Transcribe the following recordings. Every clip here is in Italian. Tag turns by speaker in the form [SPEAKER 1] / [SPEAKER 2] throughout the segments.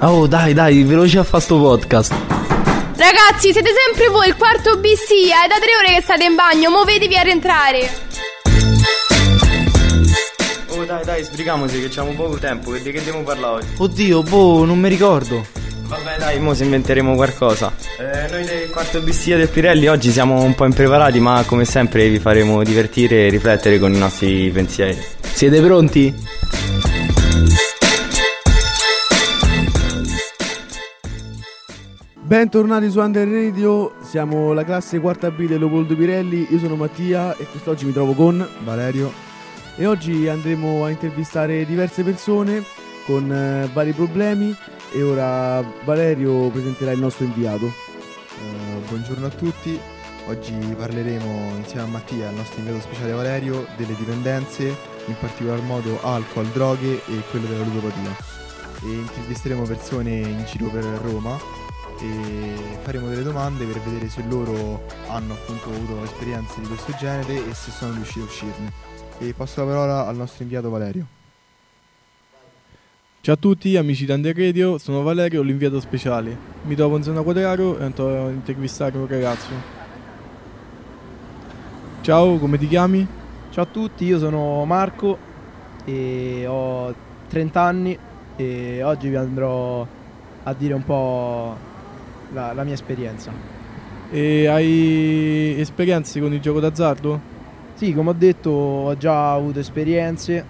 [SPEAKER 1] Oh, dai, veloci a fa sto podcast.
[SPEAKER 2] Ragazzi, siete sempre voi, il quarto BC. È da 3 ore che state in bagno, muovetevi a rientrare.
[SPEAKER 3] Oh, dai, sbrigamoci che c'abbiamo poco tempo. Di che dobbiamo parlare oggi?
[SPEAKER 1] Oddio, non mi ricordo.
[SPEAKER 3] Vabbè, dai, mo se inventeremo qualcosa. Noi del quarto BC del Pirelli oggi siamo un po' impreparati, ma come sempre vi faremo divertire e riflettere con i nostri pensieri.
[SPEAKER 1] Siete pronti?
[SPEAKER 4] Bentornati su Under Radio, siamo la classe quarta B del Leopoldo Pirelli, io sono Mattia e quest'oggi mi trovo con
[SPEAKER 5] Valerio
[SPEAKER 4] e oggi andremo a intervistare diverse persone con vari problemi e ora Valerio presenterà il nostro inviato.
[SPEAKER 5] Buongiorno a tutti, oggi parleremo insieme a Mattia, il nostro inviato speciale Valerio, delle dipendenze, in particolar modo alcol, droghe e quello della ludopatia. E intervisteremo persone in giro per Roma e faremo delle domande per vedere se loro hanno appunto avuto esperienze di questo genere e se sono riusciti a uscirne. E passo la parola al nostro inviato Valerio.
[SPEAKER 6] Ciao a tutti amici di Under Radio, sono Valerio, l'inviato speciale. Mi trovo in zona Quadraro e andrò a intervistare un ragazzo. Ciao, come ti chiami?
[SPEAKER 7] Ciao a tutti, io sono Marco e ho 30 anni e oggi vi andrò a dire un po' la mia esperienza.
[SPEAKER 6] E hai esperienze con il gioco d'azzardo?
[SPEAKER 7] Sì, come ho detto ho già avuto esperienze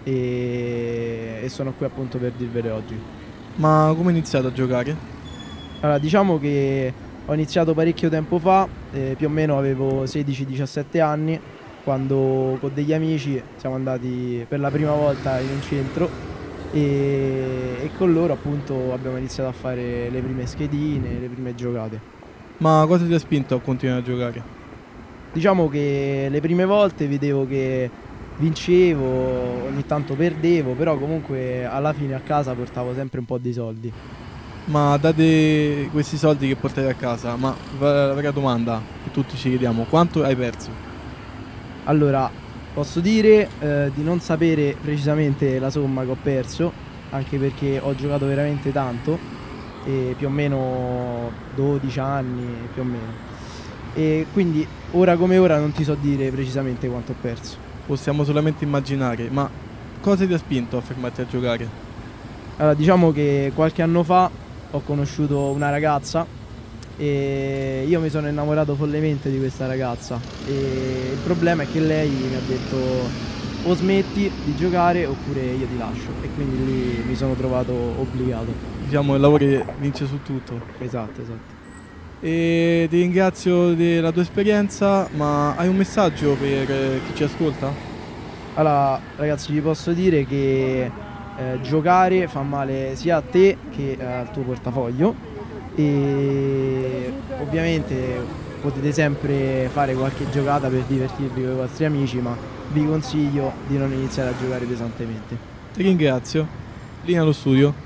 [SPEAKER 7] e sono qui appunto per dirvele oggi.
[SPEAKER 6] Ma come hai iniziato a giocare?
[SPEAKER 7] Allora, diciamo che ho iniziato parecchio tempo fa, più o meno avevo 16-17 anni, quando con degli amici siamo andati per la prima volta in un centro e con loro appunto abbiamo iniziato a fare le prime schedine, le prime giocate.
[SPEAKER 6] Ma cosa ti ha spinto a continuare a giocare?
[SPEAKER 7] Diciamo che le prime volte vedevo che vincevo, ogni tanto perdevo, però comunque alla fine a casa portavo sempre un po' di soldi.
[SPEAKER 6] Ma date questi soldi che portate a casa, ma la vera domanda che tutti ci chiediamo, quanto hai perso?
[SPEAKER 7] Allora, posso dire di non sapere precisamente la somma che ho perso, anche perché ho giocato veramente tanto, e più o meno 12 anni, più o meno. E quindi ora come ora non ti so dire precisamente quanto ho perso.
[SPEAKER 6] Possiamo solamente immaginare, ma cosa ti ha spinto a fermarti a giocare?
[SPEAKER 7] Allora, diciamo che qualche anno fa ho conosciuto una ragazza e io mi sono innamorato follemente di questa ragazza e il problema è che lei mi ha detto o smetti di giocare oppure io ti lascio, e quindi lì mi sono trovato obbligato.
[SPEAKER 6] Diciamo il lavoro che vince su tutto.
[SPEAKER 7] Esatto.
[SPEAKER 6] E ti ringrazio della tua esperienza, ma hai un messaggio per chi ci ascolta?
[SPEAKER 7] Allora ragazzi, vi posso dire che giocare fa male sia a te che al tuo portafoglio e ovviamente potete sempre fare qualche giocata per divertirvi con i vostri amici, ma vi consiglio di non iniziare a giocare pesantemente.
[SPEAKER 6] Ti ringrazio. Linea allo studio.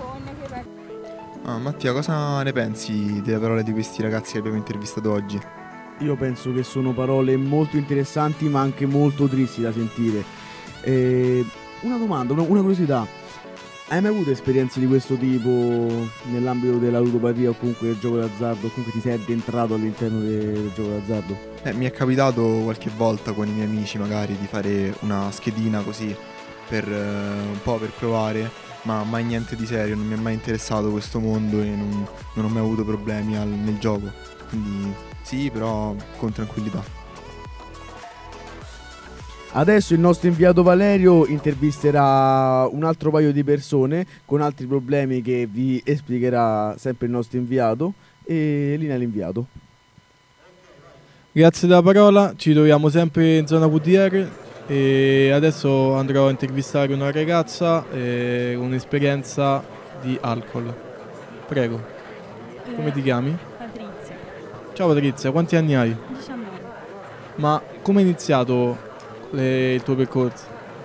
[SPEAKER 5] Mattia, cosa ne pensi delle parole di questi ragazzi che abbiamo intervistato oggi?
[SPEAKER 4] Io penso che sono parole molto interessanti ma anche molto tristi da sentire. Una domanda, una curiosità. Hai mai avuto esperienze di questo tipo nell'ambito della ludopatia o comunque del gioco d'azzardo? O comunque ti sei addentrato all'interno del gioco d'azzardo?
[SPEAKER 5] Mi è capitato qualche volta con i miei amici magari di fare una schedina così per un po' per provare, ma mai niente di serio, non mi è mai interessato questo mondo e non ho mai avuto problemi nel gioco. Quindi sì, però con tranquillità.
[SPEAKER 4] Adesso il nostro inviato Valerio intervisterà un altro paio di persone con altri problemi che vi esplicherà sempre il nostro inviato, e linea l'inviato.
[SPEAKER 6] Grazie della parola, ci troviamo sempre in zona QDR e adesso andrò a intervistare una ragazza con un'esperienza di alcol. Prego, come ti chiami?
[SPEAKER 8] Patrizia.
[SPEAKER 6] Ciao Patrizia, quanti anni hai?
[SPEAKER 8] 19.
[SPEAKER 6] Ma come è iniziato il tuo percorso?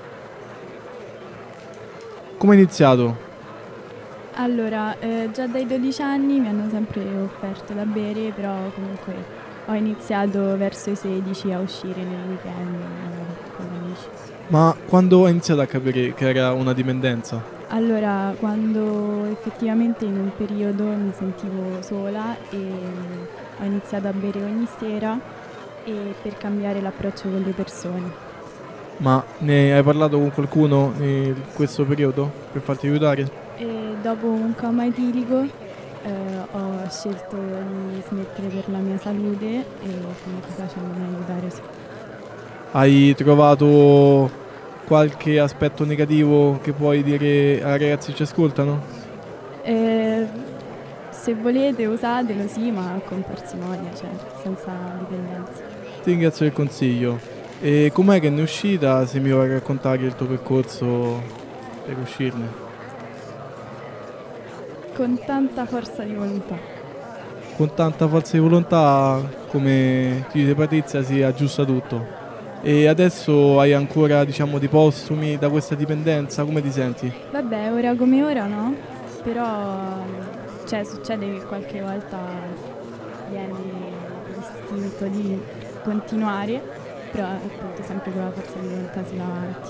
[SPEAKER 6] Come è iniziato?
[SPEAKER 8] Allora, già dai 12 anni mi hanno sempre offerto da bere, però comunque ho iniziato verso i 16 a uscire nel weekend con amici.
[SPEAKER 6] Ma quando hai iniziato a capire che era una dipendenza?
[SPEAKER 8] Allora, quando effettivamente in un periodo mi sentivo sola e ho iniziato a bere ogni sera e per cambiare l'approccio con le persone.
[SPEAKER 6] Ma ne hai parlato con qualcuno in questo periodo per farti aiutare?
[SPEAKER 8] E dopo un coma etilico ho scelto di smettere per la mia salute e come ti facendomi aiutare. Sì.
[SPEAKER 6] Hai trovato qualche aspetto negativo che puoi dire ai ragazzi che ci ascoltano?
[SPEAKER 8] Se volete usatelo sì, ma con parsimonia, cioè senza dipendenza.
[SPEAKER 6] Ti ringrazio del consiglio. E com'è che ne è uscita, se mi vuoi raccontare il tuo percorso per uscirne?
[SPEAKER 8] Con tanta forza di volontà.
[SPEAKER 6] Con tanta forza di volontà, come dice Patrizia, si aggiusta tutto. E adesso hai ancora, diciamo, dei postumi da questa dipendenza, come ti senti?
[SPEAKER 8] Vabbè, ora come ora no, però cioè, succede che qualche volta viene l'istinto di continuare, però appunto sempre con la forza di volontà si va avanti.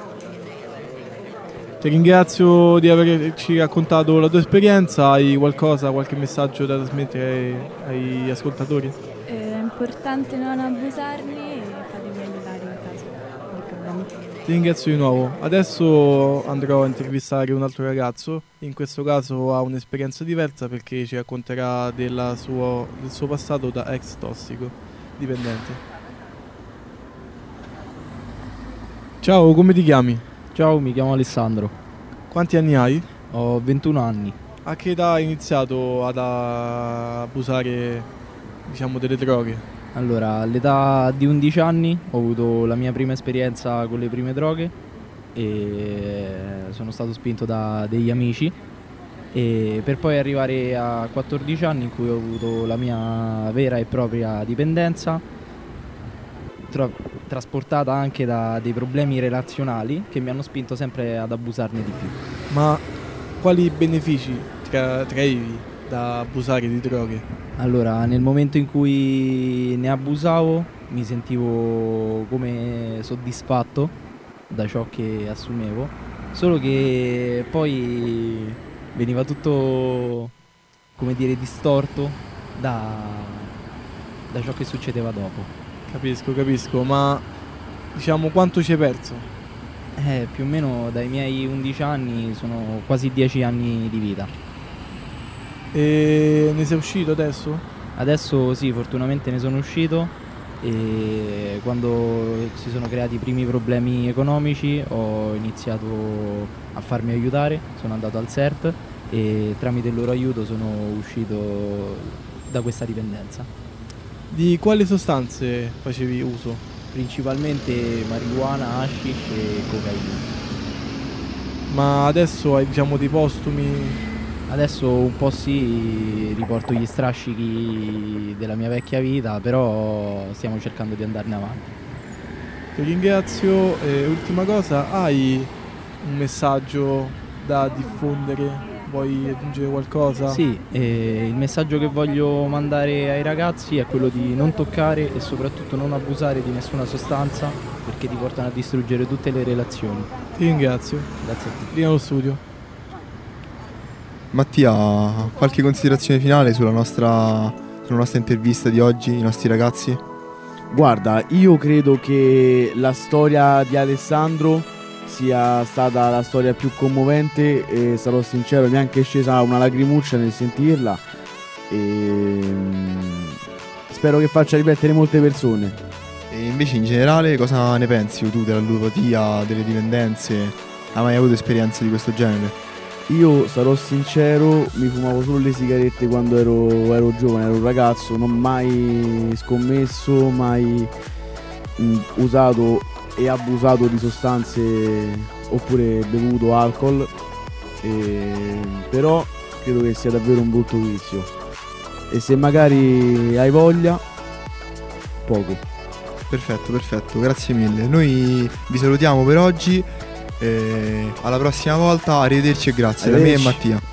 [SPEAKER 6] Ti ringrazio di averci raccontato la tua esperienza, hai qualche messaggio da trasmettere agli ascoltatori?
[SPEAKER 8] È importante non abusarne e fatevi aiutare in caso di problemi.
[SPEAKER 6] Ti ringrazio di nuovo. Adesso andrò a intervistare un altro ragazzo, in questo caso ha un'esperienza diversa perché ci racconterà del suo passato da ex tossico dipendente. Ciao, come ti chiami?
[SPEAKER 9] Ciao, mi chiamo Alessandro,
[SPEAKER 6] Quanti anni hai?
[SPEAKER 9] ho 21 anni.
[SPEAKER 6] A che età hai iniziato ad abusare, diciamo, delle droghe?
[SPEAKER 9] Allora, all'età di 11 anni ho avuto la mia prima esperienza con le prime droghe e sono stato spinto da degli amici e per poi arrivare a 14 anni in cui ho avuto la mia vera e propria dipendenza, trasportata anche da dei problemi relazionali che mi hanno spinto sempre ad abusarne di più.
[SPEAKER 6] Ma quali benefici traevi da abusare di droghe?
[SPEAKER 9] Allora, nel momento in cui ne abusavo mi sentivo come soddisfatto da ciò che assumevo, solo che poi veniva tutto, come dire, distorto da ciò che succedeva dopo.
[SPEAKER 6] Capisco, ma diciamo quanto ci hai perso?
[SPEAKER 9] Più o meno dai miei 11 anni sono quasi 10 anni di vita.
[SPEAKER 6] E ne sei uscito adesso?
[SPEAKER 9] Adesso sì, fortunatamente ne sono uscito e quando si sono creati i primi problemi economici ho iniziato a farmi aiutare, sono andato al CERT e tramite il loro aiuto sono uscito da questa dipendenza.
[SPEAKER 6] Di quali sostanze facevi uso?
[SPEAKER 9] Principalmente marijuana, hashish e cocaina.
[SPEAKER 6] Ma adesso hai, diciamo, dei postumi?
[SPEAKER 9] Adesso un po' sì, riporto gli strascichi della mia vecchia vita, però stiamo cercando di andarne avanti.
[SPEAKER 6] Ti ringrazio. Ultima cosa, hai un messaggio da diffondere? Vuoi aggiungere qualcosa?
[SPEAKER 9] Sì, il messaggio che voglio mandare ai ragazzi è quello di non toccare e soprattutto non abusare di nessuna sostanza perché ti portano a distruggere tutte le relazioni.
[SPEAKER 6] Ti ringrazio.
[SPEAKER 9] Grazie a tutti.
[SPEAKER 6] Vieni allo studio.
[SPEAKER 5] Mattia, qualche considerazione finale sulla nostra intervista di oggi, i nostri ragazzi?
[SPEAKER 4] Guarda, io credo che la storia di Alessandro sia stata la storia più commovente e sarò sincero, mi è anche scesa una lacrimuccia nel sentirla e spero che faccia riflettere molte persone.
[SPEAKER 5] E invece in generale cosa ne pensi tu della ludopatia, delle dipendenze? Hai mai avuto esperienze di questo genere?
[SPEAKER 4] Io sarò sincero, mi fumavo solo le sigarette quando ero giovane, ero un ragazzo, non mai scommesso, mai usato e abusato di sostanze oppure bevuto alcol, però credo che sia davvero un brutto vizio e se magari hai voglia, poco.
[SPEAKER 5] Perfetto, grazie mille. Noi vi salutiamo per oggi, alla prossima volta, arrivederci e grazie da me e Mattia.